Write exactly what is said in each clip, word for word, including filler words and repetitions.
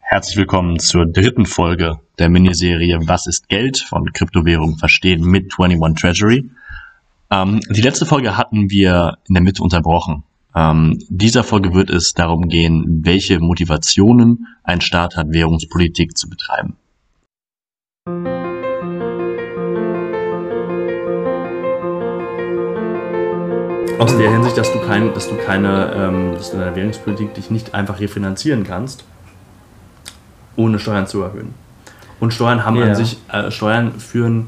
Herzlich willkommen zur dritten Folge der Miniserie Was ist Geld von Kryptowährung verstehen mit einundzwanzig Treasury. Ähm, die letzte Folge hatten wir in der Mitte unterbrochen. Ähm, dieser Folge wird es darum gehen, welche Motivationen ein Staat hat, Währungspolitik zu betreiben. Aus der Hinsicht, dass du, kein, dass du keine, ähm, dass du in der Währungspolitik dich nicht einfach refinanzieren kannst, ohne Steuern zu erhöhen. Und Steuern haben Ja. an sich, äh, Steuern führen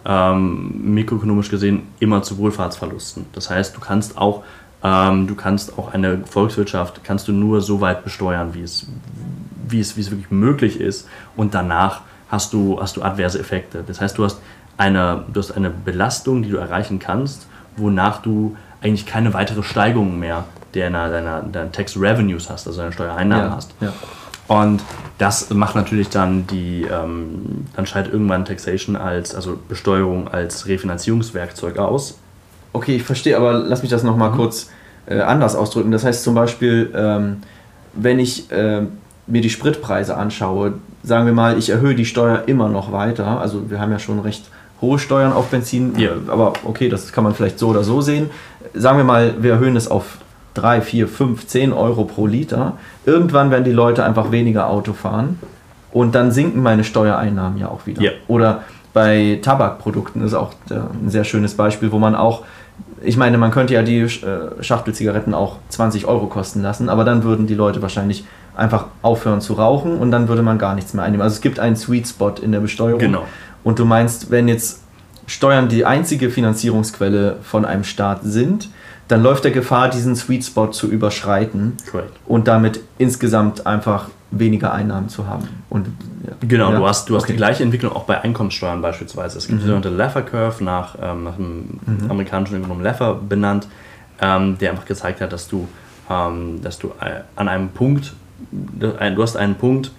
ähm, mikroökonomisch gesehen immer zu Wohlfahrtsverlusten. Das heißt, du kannst auch, ähm, du kannst auch eine Volkswirtschaft kannst du nur so weit besteuern, wie es, wie es, wie es wirklich möglich ist. Und danach hast du, hast du adverse Effekte. Das heißt, du hast eine, du hast eine Belastung, die du erreichen kannst, wonach du eigentlich keine weitere Steigerung mehr deiner, deiner, deiner Tax Revenues hast, also deiner Steuereinnahmen Ja, hast. ja. Und das macht natürlich dann die, ähm, dann scheidet irgendwann Taxation als, also Besteuerung als Refinanzierungswerkzeug aus. Okay, ich verstehe, aber lass mich das nochmal Mhm. kurz äh, anders ausdrücken. Das heißt zum Beispiel, ähm, wenn ich äh, mir die Spritpreise anschaue, sagen wir mal, ich erhöhe die Steuer immer noch weiter. Also wir haben ja schon recht hohe Steuern auf Benzin, Ja. aber okay, das kann man vielleicht so oder so sehen. Sagen wir mal, wir erhöhen es auf drei, vier, fünf, zehn Euro pro Liter. Irgendwann werden die Leute einfach weniger Auto fahren und dann sinken meine Steuereinnahmen ja auch wieder. Ja. Oder bei Tabakprodukten ist auch äh, ein sehr schönes Beispiel, wo man auch, ich meine, man könnte ja die äh, Schachtel Zigaretten auch zwanzig Euro kosten lassen, aber dann würden die Leute wahrscheinlich einfach aufhören zu rauchen und dann würde man gar nichts mehr einnehmen. Also es gibt einen Sweet Spot in der Besteuerung. Genau. Und du meinst, wenn jetzt Steuern die einzige Finanzierungsquelle von einem Staat sind, dann läuft der Gefahr, diesen Sweet Spot zu überschreiten Correct. und damit insgesamt einfach weniger Einnahmen zu haben. Und, ja. Genau, Ja? du hast, du hast Okay. die gleiche Entwicklung auch bei Einkommenssteuern beispielsweise. Es gibt Mhm. die sogenannte Laffer Curve, nach, ähm, nach dem Mhm. amerikanischen Ökonomen Laffer benannt, ähm, der einfach gezeigt hat, dass du, ähm, dass du äh, an einem Punkt, du hast einen Punkt,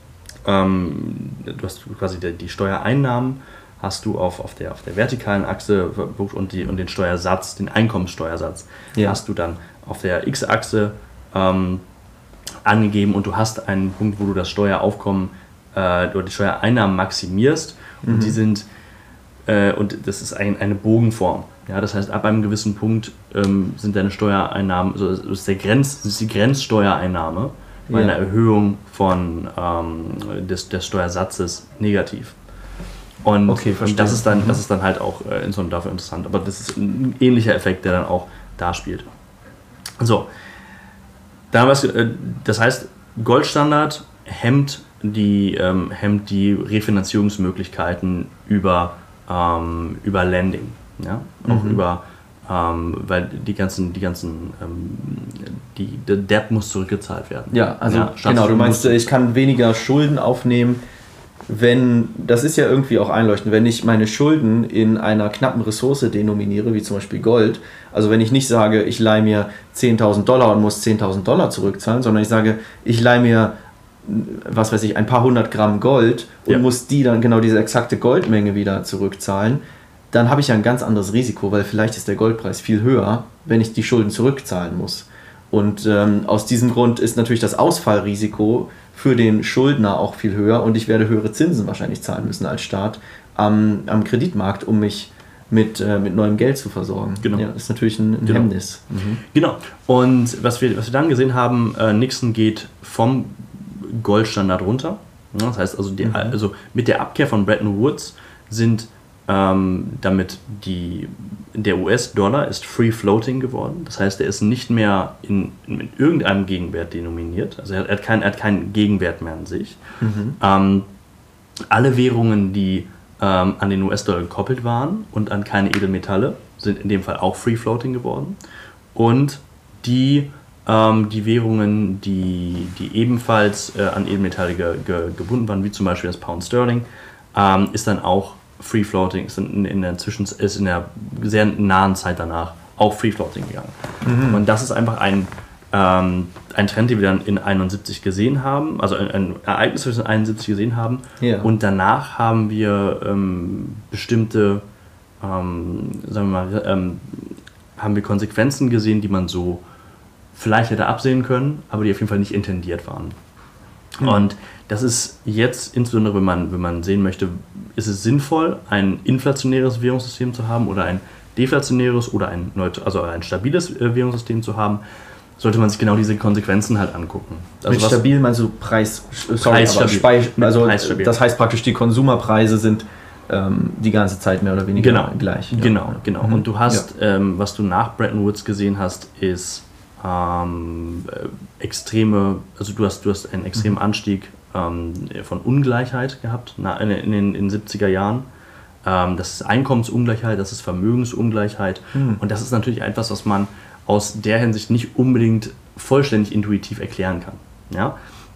ähm, du hast quasi die, die Steuereinnahmen, hast du auf, auf, der, auf der vertikalen Achse und, die, und den Steuersatz, den Einkommenssteuersatz, Ja. hast du dann auf der X-Achse ähm, angegeben und du hast einen Punkt, wo du das Steueraufkommen äh, oder die Steuereinnahmen maximierst und Mhm. die sind äh, und das ist ein, eine Bogenform. Ja, das heißt, ab einem gewissen Punkt ähm, sind deine Steuereinnahmen, also das ist, der Grenz, das ist die Grenzsteuereinnahme bei Ja. einer Erhöhung von, ähm, des, des Steuersatzes negativ. Und, Okay, und verstehe. das ist dann, Mhm. das ist dann halt auch äh, insofern dafür interessant. Aber das ist ein ähnlicher Effekt, der dann auch da spielt. So, da haben wir's, äh, das heißt, Goldstandard hemmt die, ähm, hemmt die Refinanzierungsmöglichkeiten über, ähm, über Lending. Ja? Auch Mhm. über, ähm, weil die ganzen, die ganzen, ähm, die, der Debt muss zurückgezahlt werden. Ja, also Ja, genau, du Staatsschulden meinst, muss- ich kann weniger Schulden aufnehmen, wenn, das ist ja irgendwie auch einleuchtend, wenn ich meine Schulden in einer knappen Ressource denominiere, wie zum Beispiel Gold, also wenn ich nicht sage, ich leihe mir zehntausend Dollar und muss zehntausend Dollar zurückzahlen, sondern ich sage, ich leihe mir, was weiß ich, ein paar hundert Gramm Gold und Ja. muss die dann genau diese exakte Goldmenge wieder zurückzahlen, dann habe ich ja ein ganz anderes Risiko, weil vielleicht ist der Goldpreis viel höher, wenn ich die Schulden zurückzahlen muss. Und ähm, aus diesem Grund ist natürlich das Ausfallrisiko für den Schuldner auch viel höher und ich werde höhere Zinsen wahrscheinlich zahlen müssen als Staat am, am Kreditmarkt, um mich mit, äh, mit neuem Geld zu versorgen. Genau. Ja, das ist natürlich ein, ein Genau. Hemmnis. Mhm. Genau. Und was wir, was wir dann gesehen haben, äh, Nixon geht vom Goldstandard runter. Ja, das heißt also, die, Mhm. also mit der Abkehr von Bretton Woods sind ähm, damit die, der U S-Dollar ist free floating geworden. Das heißt, er ist nicht mehr in, in irgendeinem Gegenwert denominiert. Also er, er, hat kein, er hat keinen Gegenwert mehr an sich. Mhm. Ähm, alle Währungen, die ähm, an den U S-Dollar gekoppelt waren und an keine Edelmetalle, sind in dem Fall auch free floating geworden. Und die, ähm, die Währungen, die, die ebenfalls äh, an Edelmetalle ge, ge, gebunden waren, wie zum Beispiel das Pound Sterling, ähm, ist dann auch free floating, ist in, in, der Zwischen, ist in der sehr nahen Zeit danach auch free floating gegangen. Mhm. Und das ist einfach ein, ähm, ein Trend, den wir dann in einundsiebzig gesehen haben, also ein, ein Ereignis, das wir in einundsiebzig gesehen haben. Ja. Und danach haben wir ähm, bestimmte, ähm, sagen wir mal, ähm, haben wir Konsequenzen gesehen, die man so vielleicht hätte absehen können, aber die auf jeden Fall nicht intendiert waren. Mhm. Und das ist jetzt, insbesondere wenn man, wenn man sehen möchte, ist es sinnvoll, ein inflationäres Währungssystem zu haben oder ein deflationäres oder ein, also ein stabiles Währungssystem zu haben, sollte man sich genau diese Konsequenzen halt angucken. Also Mit stabil meinst du Preis, sorry, aber Spei, also das heißt praktisch, die Konsumerpreise sind ähm, die ganze Zeit mehr oder weniger genau, gleich. Ja. Genau, genau. Mhm. Und du hast, ja. ähm, was du nach Bretton Woods gesehen hast, ist ähm, äh, extreme, also du hast, du hast einen extremen mhm. Anstieg ähm, von Ungleichheit gehabt na, in, in, in den siebziger Jahren. Ähm, das ist Einkommensungleichheit, das ist Vermögensungleichheit mhm. und das ist natürlich etwas, was man aus der Hinsicht nicht unbedingt vollständig intuitiv erklären kann. Ja?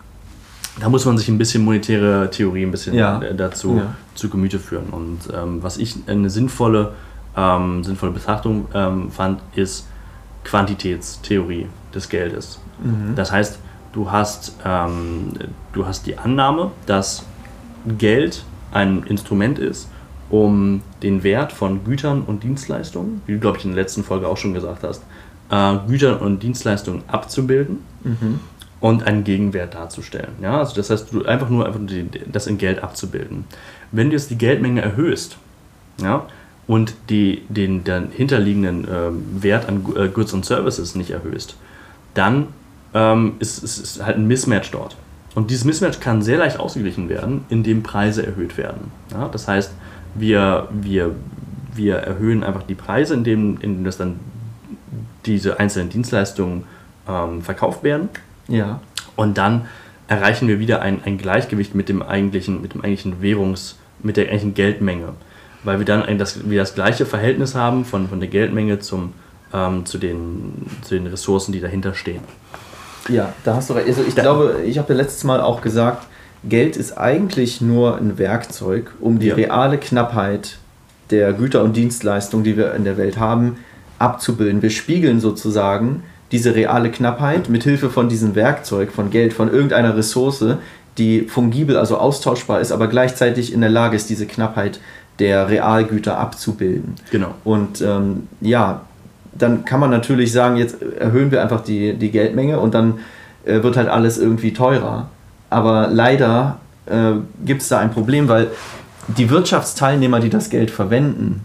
Da muss man sich ein bisschen monetäre Theorie ein bisschen ja. dazu ja. zu Gemüte führen. Und ähm, was ich eine sinnvolle, ähm, sinnvolle Betrachtung ähm, fand, ist Quantitätstheorie des Geldes. Mhm. Das heißt, du hast, ähm, du hast die Annahme, dass Geld ein Instrument ist, um den Wert von Gütern und Dienstleistungen, wie du, glaube ich, in der letzten Folge auch schon gesagt hast, äh, Gütern und Dienstleistungen abzubilden mhm. und einen Gegenwert darzustellen. Ja? Also das heißt, du einfach nur einfach die, das in Geld abzubilden. Wenn du jetzt die Geldmenge erhöhst, ja, und die, den, den hinterliegenden äh, Wert an äh, Goods und Services nicht erhöhst, dann ähm, ist es halt ein Mismatch dort. Und dieses Mismatch kann sehr leicht ausgeglichen werden, indem Preise erhöht werden. Ja? Das heißt, wir, wir, wir erhöhen einfach die Preise, indem, indem das dann diese einzelnen Dienstleistungen ähm, verkauft werden. Ja. Und dann erreichen wir wieder ein, ein Gleichgewicht mit dem eigentlichen, mit dem eigentlichen Währungs, mit der eigentlichen Geldmenge. Weil wir dann das, wir das gleiche Verhältnis haben von, von der Geldmenge zum, ähm, zu, den, zu den Ressourcen, die dahinter stehen. Ja, da hast du recht. Also ich da, glaube, ich habe ja letztes Mal auch gesagt, Geld ist eigentlich nur ein Werkzeug, um die ja. reale Knappheit der Güter und Dienstleistungen, die wir in der Welt haben, abzubilden. Wir spiegeln sozusagen diese reale Knappheit mit Hilfe von diesem Werkzeug, von Geld, von irgendeiner Ressource, die fungibel, also austauschbar ist, aber gleichzeitig in der Lage ist, diese Knappheit der Realgüter abzubilden. Genau. Und ähm, ja, dann kann man natürlich sagen, jetzt erhöhen wir einfach die, die Geldmenge und dann äh, wird halt alles irgendwie teurer. Aber leider äh, gibt es da ein Problem, weil die Wirtschaftsteilnehmer, die das Geld verwenden,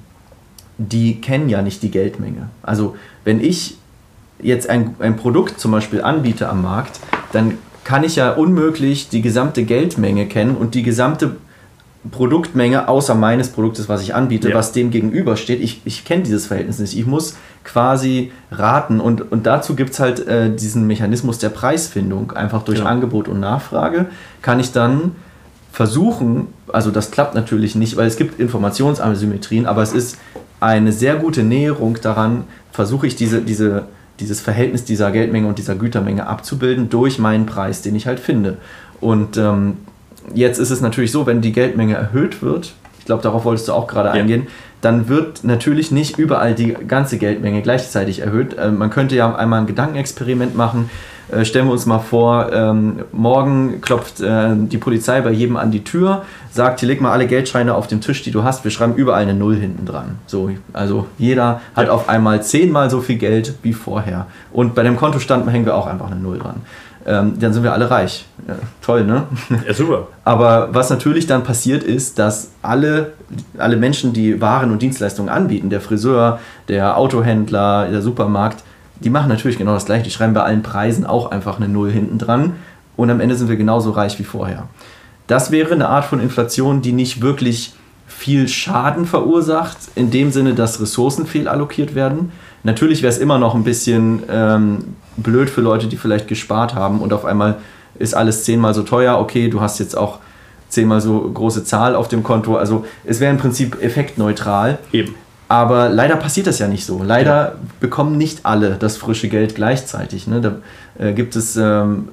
die kennen ja nicht die Geldmenge. Also wenn ich jetzt ein, ein Produkt zum Beispiel anbiete am Markt, dann kann ich ja unmöglich die gesamte Geldmenge kennen und die gesamte Produktmenge außer meines Produktes, was ich anbiete, ja. was dem gegenübersteht. Ich, ich kenne dieses Verhältnis nicht. Ich muss quasi raten und, und dazu gibt es halt äh, diesen Mechanismus der Preisfindung. Einfach durch ja. Angebot und Nachfrage kann ich dann versuchen, also das klappt natürlich nicht, weil es gibt Informationsasymmetrien, aber es ist eine sehr gute Näherung daran, versuche ich diese, diese, dieses Verhältnis dieser Geldmenge und dieser Gütermenge abzubilden durch meinen Preis, den ich halt finde. Und ähm, jetzt ist es natürlich so, wenn die Geldmenge erhöht wird, ich glaube, darauf wolltest du auch gerade ja. eingehen, dann wird natürlich nicht überall die ganze Geldmenge gleichzeitig erhöht. Äh, man könnte ja einmal ein Gedankenexperiment machen. Äh, stellen wir uns mal vor, ähm, morgen klopft äh, die Polizei bei jedem an die Tür, sagt, hier leg mal alle Geldscheine auf dem Tisch, die du hast, wir schreiben überall eine Null hinten dran. So, also jeder hat ja. auf einmal zehnmal so viel Geld wie vorher. Und bei dem Kontostand hängen wir auch einfach eine Null dran. Ähm, dann sind wir alle reich. Ja, toll, ne? Ja, super. Aber was natürlich dann passiert ist, dass alle, alle Menschen, die Waren und Dienstleistungen anbieten, der Friseur, der Autohändler, der Supermarkt, die machen natürlich genau das Gleiche. Die schreiben bei allen Preisen auch einfach eine Null hinten dran und am Ende sind wir genauso reich wie vorher. Das wäre eine Art von Inflation, die nicht wirklich viel Schaden verursacht, in dem Sinne, dass Ressourcen fehlallokiert werden. Natürlich wäre es immer noch ein bisschen ähm, blöd für Leute, die vielleicht gespart haben und auf einmal ist alles zehnmal so teuer. Okay, du hast jetzt auch zehnmal so große Zahl auf dem Konto. Also es wäre im Prinzip effektneutral. Eben. Aber leider passiert das ja nicht so. Leider ja. bekommen nicht alle das frische Geld gleichzeitig. Ne? Da äh, gibt es ähm,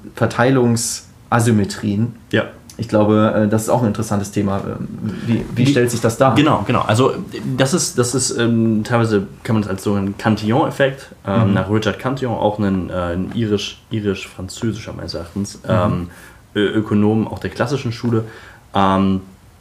Verteilungsasymmetrien. Ja. Ich glaube, äh, das ist auch ein interessantes Thema. Wie, wie stellt sich das dar? Genau, genau. Also das ist, das ist ähm, teilweise kann man das als so einen Cantillon-Effekt, ähm, mhm. nach Richard Cantillon, auch ein, äh, ein irisch, irisch-französischer meines Erachtens, mhm. ähm, Ökonom auch der klassischen Schule, ähm,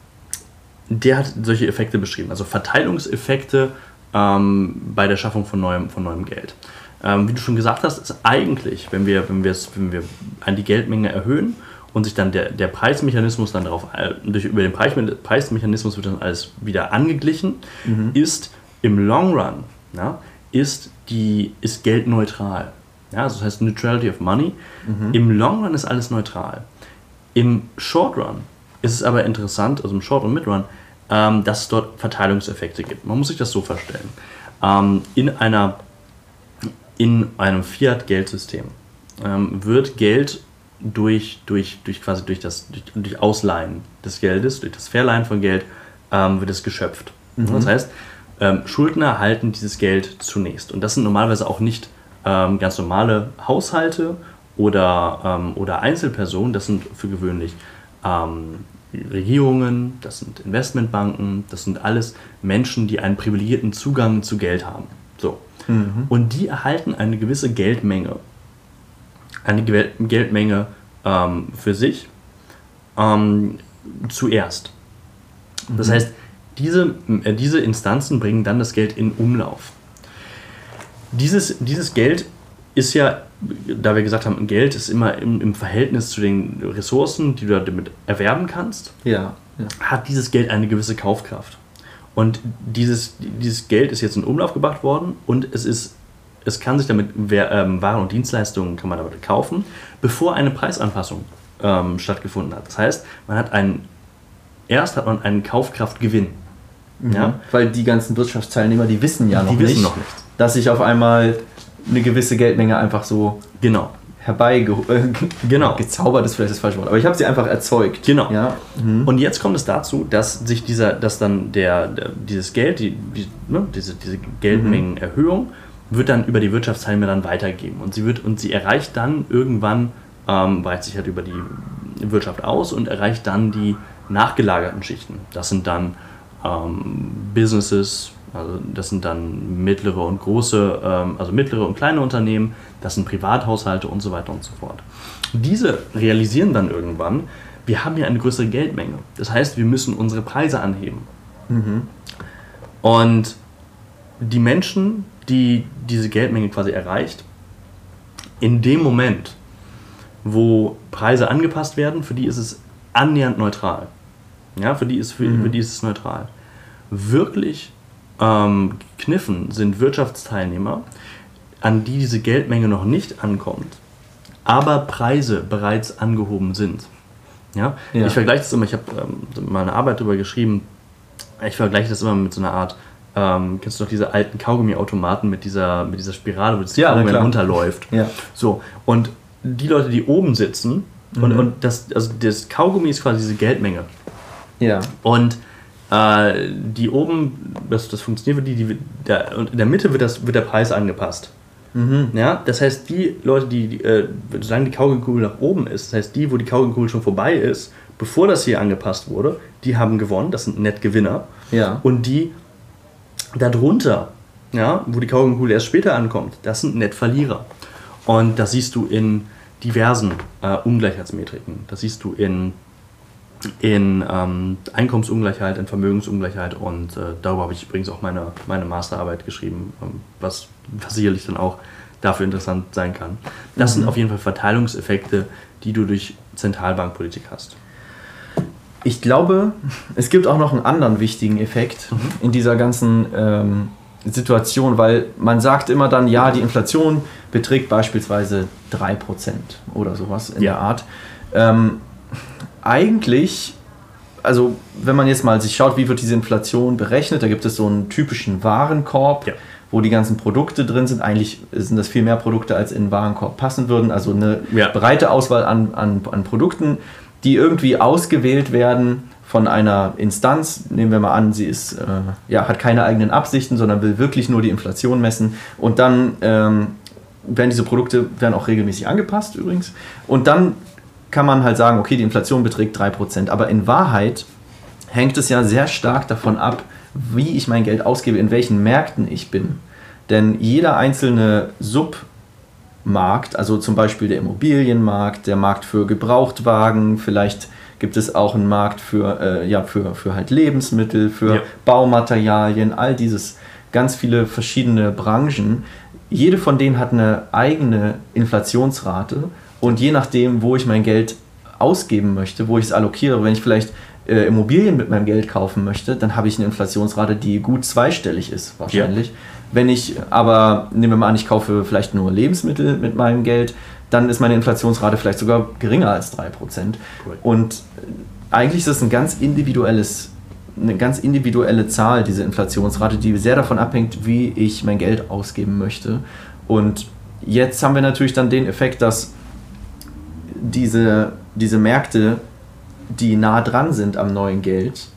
der hat solche Effekte beschrieben, also Verteilungseffekte ähm, bei der Schaffung von neuem, von neuem Geld. Ähm, wie du schon gesagt hast, ist eigentlich, wenn wir, wenn wir, wenn wir die Geldmenge erhöhen und sich dann der, der Preismechanismus dann darauf, durch, über den Preis, Preismechanismus wird dann alles wieder angeglichen, mhm. ist im Long Run, ja, ist, die, ist Geld neutral. Ja, also das heißt Neutrality of Money. Mhm. Im Long Run ist alles neutral. Im Short Run ist es aber interessant, also im Short- und Mid-Run, ähm, dass es dort Verteilungseffekte gibt. Man muss sich das so vorstellen. Ähm, in, einer, in einem Fiat-Geldsystem ähm, wird Geld durch, durch, durch, quasi durch, das, durch, durch Ausleihen des Geldes, durch das Verleihen von Geld, ähm, wird es geschöpft. Mhm. Das heißt, ähm, Schuldner halten dieses Geld zunächst. Und das sind normalerweise auch nicht ähm, ganz normale Haushalte oder, ähm, oder Einzelpersonen, das sind für gewöhnlich ähm, Regierungen, das sind Investmentbanken, das sind alles Menschen, die einen privilegierten Zugang zu Geld haben. So. Mhm. Und die erhalten eine gewisse Geldmenge. Eine Geldmenge ähm, für sich ähm, zuerst. Das mhm. heißt, diese, äh, diese Instanzen bringen dann das Geld in Umlauf. Dieses, dieses Geld ist ja, da wir gesagt haben, Geld ist immer im, im Verhältnis zu den Ressourcen, die du damit erwerben kannst, ja, ja. hat dieses Geld eine gewisse Kaufkraft. Und dieses, dieses Geld ist jetzt in Umlauf gebracht worden und es ist, es kann sich damit, ähm, Waren und Dienstleistungen kann man damit kaufen, bevor eine Preisanpassung ähm, stattgefunden hat. Das heißt, man hat einen, erst hat man einen Kaufkraftgewinn. Mhm. Ja? Weil die ganzen Wirtschaftsteilnehmer, die wissen ja noch, die wissen nicht, noch nicht, dass sich auf einmal eine gewisse Geldmenge einfach so genau. herbeigezaubert äh, genau. gezaubert ist vielleicht das falsche Wort, aber ich habe sie einfach erzeugt. Genau. Ja? Mhm. Und jetzt kommt es dazu, dass sich dieser, dass dann der, der dieses Geld, die, die, ne, diese, diese Geldmengenerhöhung wird dann über die Wirtschaftsteilnehmer dann weitergeben und sie wird und sie erreicht dann irgendwann, ähm, weitet sich halt über die Wirtschaft aus und erreicht dann die nachgelagerten Schichten. Das sind dann ähm, Businesses, also das sind dann mittlere und große, ähm, also mittlere und kleine Unternehmen, das sind Privathaushalte und so weiter und so fort. Diese realisieren dann irgendwann, wir haben hier eine größere Geldmenge. Das heißt, wir müssen unsere Preise anheben. Mhm. Und die Menschen, die diese Geldmenge quasi erreicht, in dem Moment, wo Preise angepasst werden, für die ist es annähernd neutral. Ja, für die ist, für, mhm. für die ist es neutral. Wirklich ähm, kniffen sind Wirtschaftsteilnehmer, an die diese Geldmenge noch nicht ankommt, aber Preise bereits angehoben sind. Ja? Ja. Ich vergleiche das immer, ich habe ähm, mal eine Arbeit darüber geschrieben, ich vergleiche das immer mit so einer Art, ähm, kennst du noch diese alten Kaugummi-Automaten mit dieser, mit dieser Spirale, wo das ja, Kaugummi runterläuft. Ja. So, und die Leute, die oben sitzen, mhm. und, und das, also das Kaugummi ist quasi diese Geldmenge. Ja. Und äh, die oben, das, das funktioniert, die, die, der, und in der Mitte wird, das, wird der Preis angepasst. Mhm. Ja, das heißt, die Leute, die, die äh, solange die Kaugummikugel nach oben ist, das heißt, die, wo die Kaugummikugel schon vorbei ist, bevor das hier angepasst wurde, die haben gewonnen, das sind Nettgewinner. Ja. Und die darunter, ja, wo die Kaugummikugel erst später ankommt, das sind Nettverlierer. Und das siehst du in diversen äh, Ungleichheitsmetriken. Das siehst du in, in ähm, Einkommensungleichheit, in Vermögensungleichheit und äh, darüber habe ich übrigens auch meine, meine Masterarbeit geschrieben, ähm, was, was sicherlich dann auch dafür interessant sein kann. Das mhm. sind auf jeden Fall Verteilungseffekte, die du durch Zentralbankpolitik hast. Ich glaube, es gibt auch noch einen anderen wichtigen Effekt mhm. in dieser ganzen ähm, Situation, weil man sagt immer dann, ja, die Inflation beträgt beispielsweise drei Prozent oder sowas in ja. der Art. Ähm, eigentlich, also wenn man jetzt mal sich schaut, wie wird diese Inflation berechnet, da gibt es so einen typischen Warenkorb, ja. wo die ganzen Produkte drin sind. Eigentlich sind das viel mehr Produkte, als in den Warenkorb passen würden. Also eine ja. breite Auswahl an, an, an Produkten, die irgendwie ausgewählt werden von einer Instanz. Nehmen wir mal an, sie ist, äh, ja, hat keine eigenen Absichten, sondern will wirklich nur die Inflation messen. Und dann ähm, werden diese Produkte werden auch regelmäßig angepasst übrigens. Und dann kann man halt sagen, okay, die Inflation beträgt drei Prozent. Aber in Wahrheit hängt es ja sehr stark davon ab, wie ich mein Geld ausgebe, in welchen Märkten ich bin. Denn jeder einzelne Submarkt, also zum Beispiel der Immobilienmarkt, der Markt für Gebrauchtwagen, vielleicht gibt es auch einen Markt für, äh, ja, für, für halt Lebensmittel, für ja. Baumaterialien, all dieses, ganz viele verschiedene Branchen. Jede von denen hat eine eigene Inflationsrate und je nachdem, wo ich mein Geld ausgeben möchte, wo ich es allokiere, wenn ich vielleicht äh, Immobilien mit meinem Geld kaufen möchte, dann habe ich eine Inflationsrate, die gut zweistellig ist wahrscheinlich. Ja. Wenn ich aber, nehmen wir mal an, ich kaufe vielleicht nur Lebensmittel mit meinem Geld, dann ist meine Inflationsrate vielleicht sogar geringer als drei Prozent. Cool. Und eigentlich ist das ein ganz individuelles, eine ganz individuelle Zahl, diese Inflationsrate, die sehr davon abhängt, wie ich mein Geld ausgeben möchte. Und jetzt haben wir natürlich dann den Effekt, dass diese, diese Märkte, die nah dran sind am neuen Geld,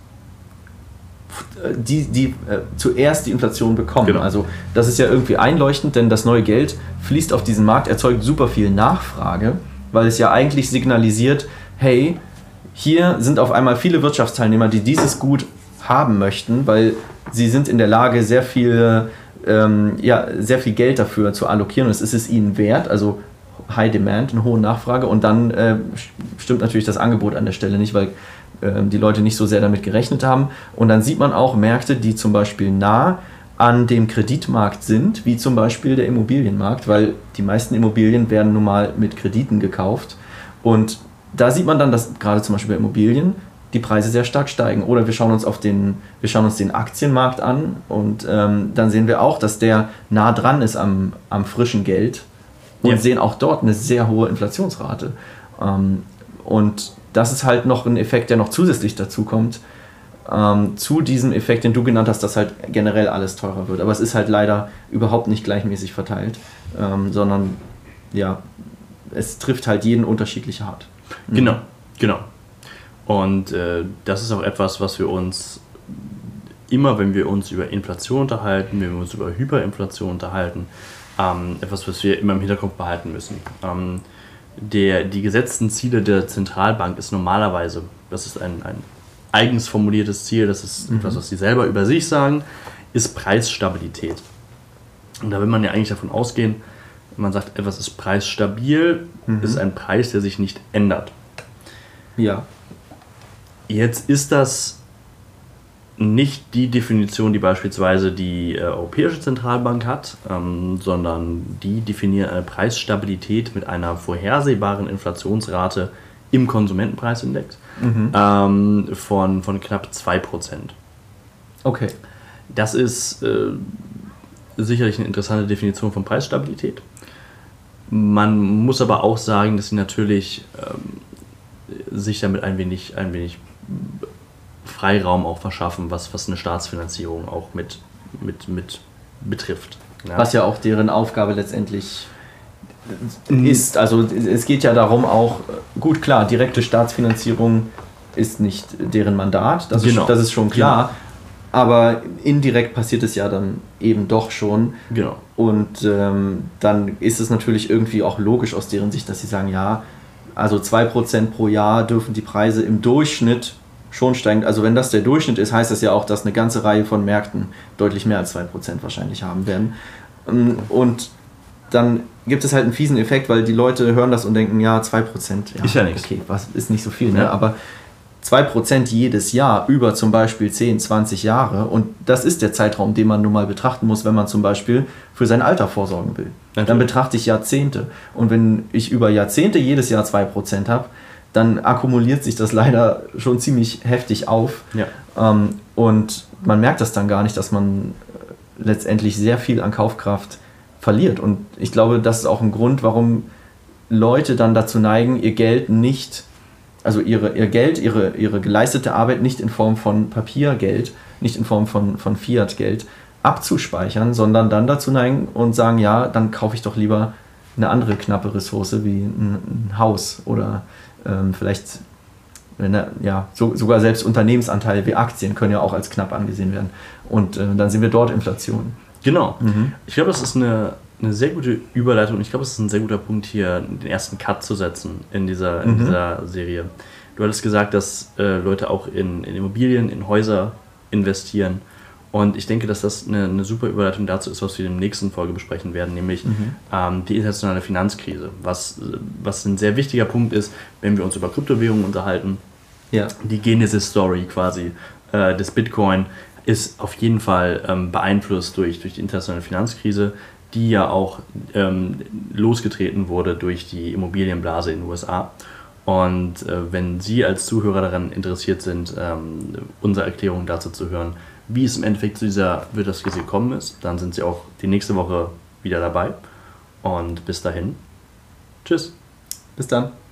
die, die äh, zuerst die Inflation bekommen. Genau. Also das ist ja irgendwie einleuchtend, denn das neue Geld fließt auf diesen Markt, erzeugt super viel Nachfrage, weil es ja eigentlich signalisiert, hey, hier sind auf einmal viele Wirtschaftsteilnehmer, die dieses Gut haben möchten, weil sie sind in der Lage, sehr viel, ähm, ja, sehr viel Geld dafür zu allokieren und es ist es ihnen wert, also High Demand, eine hohe Nachfrage und dann äh, stimmt natürlich das Angebot an der Stelle nicht, weil die Leute nicht so sehr damit gerechnet haben. Und dann sieht man auch Märkte, die zum Beispiel nah an dem Kreditmarkt sind, wie zum Beispiel der Immobilienmarkt, weil die meisten Immobilien werden nun mal mit Krediten gekauft. Und da sieht man dann, dass gerade zum Beispiel bei Immobilien die Preise sehr stark steigen. Oder wir schauen uns, auf den, wir schauen uns den Aktienmarkt an und ähm, dann sehen wir auch, dass der nah dran ist am, am frischen Geld und ja. sehen auch dort eine sehr hohe Inflationsrate. Ähm, und das ist halt noch ein Effekt, der noch zusätzlich dazu kommt, ähm, zu diesem Effekt, den du genannt hast, dass halt generell alles teurer wird. Aber es ist halt leider überhaupt nicht gleichmäßig verteilt, ähm, sondern ja, es trifft halt jeden unterschiedlich hart. Mhm. Genau, genau. Und äh, das ist auch etwas, was wir uns immer, wenn wir uns über Inflation unterhalten, wenn wir uns über Hyperinflation unterhalten, ähm, etwas, was wir immer im Hinterkopf behalten müssen. Ähm, Der, die gesetzten Ziele der Zentralbank ist normalerweise, das ist ein, ein eigens formuliertes Ziel, das ist mhm. etwas, was sie selber über sich sagen, ist Preisstabilität. Und da will man ja eigentlich davon ausgehen, wenn man sagt, etwas ist preisstabil, mhm. ist ein Preis, der sich nicht ändert. Ja. Jetzt ist das nicht die Definition, die beispielsweise die äh, Europäische Zentralbank hat, ähm, sondern die definiert eine Preisstabilität mit einer vorhersehbaren Inflationsrate im Konsumentenpreisindex mhm. ähm, von, von knapp zwei Prozent. Okay. Das ist äh, sicherlich eine interessante Definition von Preisstabilität. Man muss aber auch sagen, dass sie natürlich ähm, sich damit ein wenig, ein wenig Freiraum auch verschaffen, was, was eine Staatsfinanzierung auch mit, mit, mit betrifft. Ja. Was ja auch deren Aufgabe letztendlich ist. Also es geht ja darum auch, gut klar, direkte Staatsfinanzierung ist nicht deren Mandat, das, genau. ist, das ist schon klar, genau. Aber indirekt passiert es ja dann eben doch schon. Genau. Und ähm, dann ist es natürlich irgendwie auch logisch aus deren Sicht, dass sie sagen, ja, also zwei Prozent pro Jahr dürfen die Preise im Durchschnitt schon steigen. Also wenn das der Durchschnitt ist, heißt das ja auch, dass eine ganze Reihe von Märkten deutlich mehr als zwei Prozent wahrscheinlich haben werden. Und dann gibt es halt einen fiesen Effekt, weil die Leute hören das und denken, ja, zwei Prozent, ja, ist ja nichts. Okay, was ist nicht so viel, ne? Ja. Aber zwei Prozent jedes Jahr über zum Beispiel zehn, zwanzig Jahre und das ist der Zeitraum, den man nun mal betrachten muss, wenn man zum Beispiel für sein Alter vorsorgen will. Natürlich. Dann betrachte ich Jahrzehnte und wenn ich über Jahrzehnte jedes Jahr zwei Prozent habe, dann akkumuliert sich das leider schon ziemlich heftig auf. Ja. Ähm, und man merkt das dann gar nicht, dass man letztendlich sehr viel an Kaufkraft verliert. Und ich glaube, das ist auch ein Grund, warum Leute dann dazu neigen, ihr Geld nicht, also ihre, ihr Geld, ihre, ihre geleistete Arbeit nicht in Form von Papiergeld, nicht in Form von, von Fiat-Geld abzuspeichern, sondern dann dazu neigen und sagen, ja, dann kaufe ich doch lieber eine andere knappe Ressource wie ein, ein Haus oder ähm, vielleicht ja, so, sogar selbst Unternehmensanteile wie Aktien können ja auch als knapp angesehen werden. Und äh, dann sehen wir dort Inflation. Genau. Mhm. Ich glaube, das ist eine, eine sehr gute Überleitung. Ich glaube, es ist ein sehr guter Punkt, hier den ersten Cut zu setzen in dieser, in mhm. dieser Serie. Du hattest gesagt, dass äh, Leute auch in, in Immobilien, in Häuser investieren. Und ich denke, dass das eine, eine super Überleitung dazu ist, was wir in der nächsten Folge besprechen werden, nämlich mhm. ähm, die internationale Finanzkrise. Was, was ein sehr wichtiger Punkt ist, wenn wir uns über Kryptowährungen unterhalten. Ja. Die Genesis-Story quasi äh, des Bitcoin ist auf jeden Fall ähm, beeinflusst durch, durch die internationale Finanzkrise, die ja auch ähm, losgetreten wurde durch die Immobilienblase in den U S A. Und äh, wenn Sie als Zuhörer daran interessiert sind, ähm, unsere Erklärung dazu zu hören, wie es im Endeffekt zu dieser Wirtschaftskrise gekommen ist, dann sind Sie auch die nächste Woche wieder dabei. Und bis dahin, tschüss. Bis dann.